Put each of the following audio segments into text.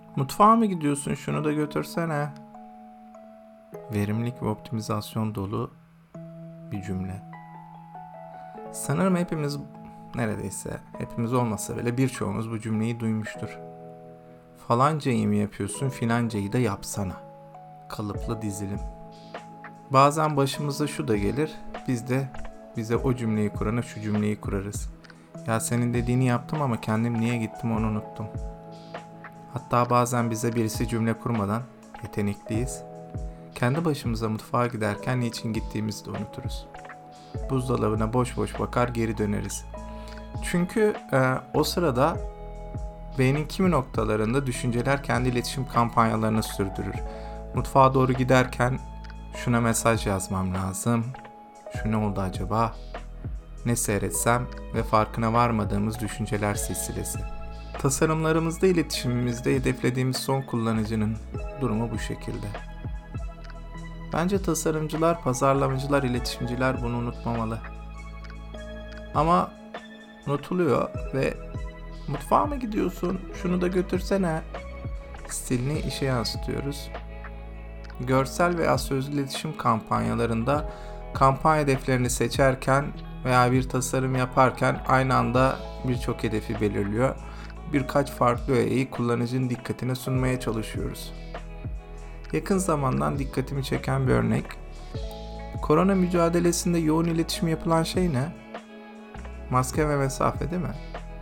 Mutfağa mı gidiyorsun? Şunu da götürsene. Verimlilik ve optimizasyon dolu bir cümle. Sanırım neredeyse hepimiz olmasa bile birçoğumuz bu cümleyi duymuştur. Falancayı mı yapıyorsun, filancayı da yapsana. Kalıplı dizilim. Bazen başımıza şu da gelir, biz de bize o cümleyi kurana şu cümleyi kurarız. Ya senin dediğini yaptım ama kendim niye gittim onu unuttum. Hatta bazen bize birisi cümle kurmadan yetenekliyiz. Kendi başımıza mutfağa giderken niçin gittiğimizi de unuturuz. Buzdolabına boş boş bakar geri döneriz. Çünkü o sırada beynin kimi noktalarında düşünceler kendi iletişim kampanyalarını sürdürür. Mutfağa doğru giderken şuna mesaj yazmam lazım. Şu ne oldu acaba? Ne seyretsem ve farkına varmadığımız düşünceler silsilesi. Tasarımlarımızda, iletişimimizde hedeflediğimiz son kullanıcının durumu bu şekilde. Bence tasarımcılar, pazarlamacılar, iletişimciler bunu unutmamalı. Ama unutuluyor ve mutfağa mı gidiyorsun? Şunu da götürsene stilini işe yansıtıyoruz. Görsel veya sözlü iletişim kampanyalarında kampanya hedeflerini seçerken veya bir tasarım yaparken aynı anda birçok hedefi belirliyor. Birkaç farklı öğeyi kullanıcının dikkatine sunmaya çalışıyoruz. Yakın zamandan dikkatimi çeken bir örnek. Korona mücadelesinde yoğun iletişim yapılan şey ne? Maske ve mesafe değil mi?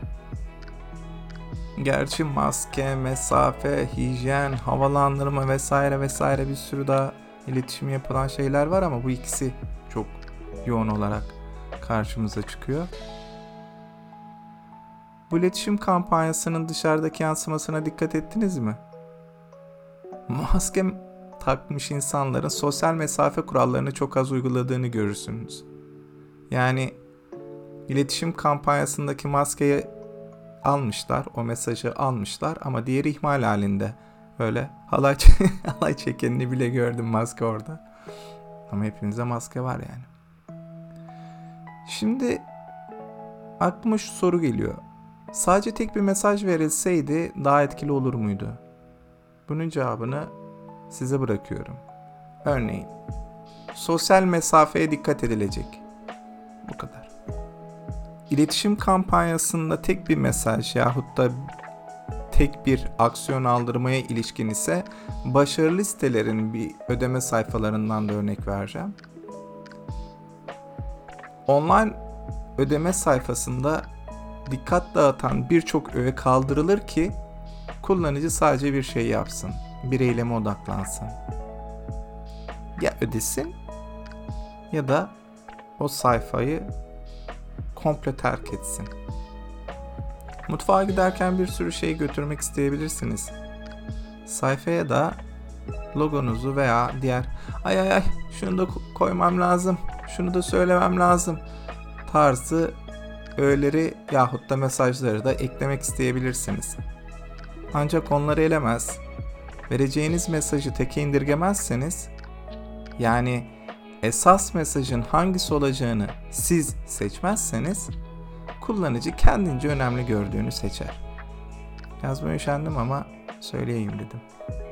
Gerçi maske, mesafe, hijyen, havalandırma vesaire vesaire bir sürü daha iletişim yapılan şeyler var ama bu ikisi çok yoğun olarak karşımıza çıkıyor. Bu iletişim kampanyasının dışarıdaki yansımasına dikkat ettiniz mi? Maske takmış insanların sosyal mesafe kurallarını çok az uyguladığını görürsünüz. Yani iletişim kampanyasındaki maskeyi almışlar, o mesajı almışlar ama diğeri ihmal halinde. Öyle halay çekenini bile gördüm maske orada. Ama hepimize maske var yani. Şimdi aklıma şu soru geliyor. Sadece tek bir mesaj verilseydi daha etkili olur muydu? Bunun cevabını size bırakıyorum. Örneğin, sosyal mesafeye dikkat edilecek. Bu kadar. İletişim kampanyasında tek bir mesaj yahut da tek bir aksiyon aldırmaya ilişkin ise başarılı sitelerin bir ödeme sayfalarından da örnek vereceğim. Online ödeme sayfasında dikkat dağıtan birçok öğe kaldırılır ki kullanıcı sadece bir şey yapsın, bir eyleme odaklansın. Ya ödesin ya da o sayfayı komple terk etsin. Mutfağa giderken bir sürü şey götürmek isteyebilirsiniz. Sayfaya da logonuzu veya diğer ay şunu da koymam lazım, şunu da söylemem lazım tarzı öğeleri yahut da mesajları da eklemek isteyebilirsiniz. Ancak onları elemez, vereceğiniz mesajı teke indirgemezseniz, yani esas mesajın hangisi olacağını siz seçmezseniz, kullanıcı kendince önemli gördüğünü seçer. Yazmaya üşendim ama söyleyeyim dedim.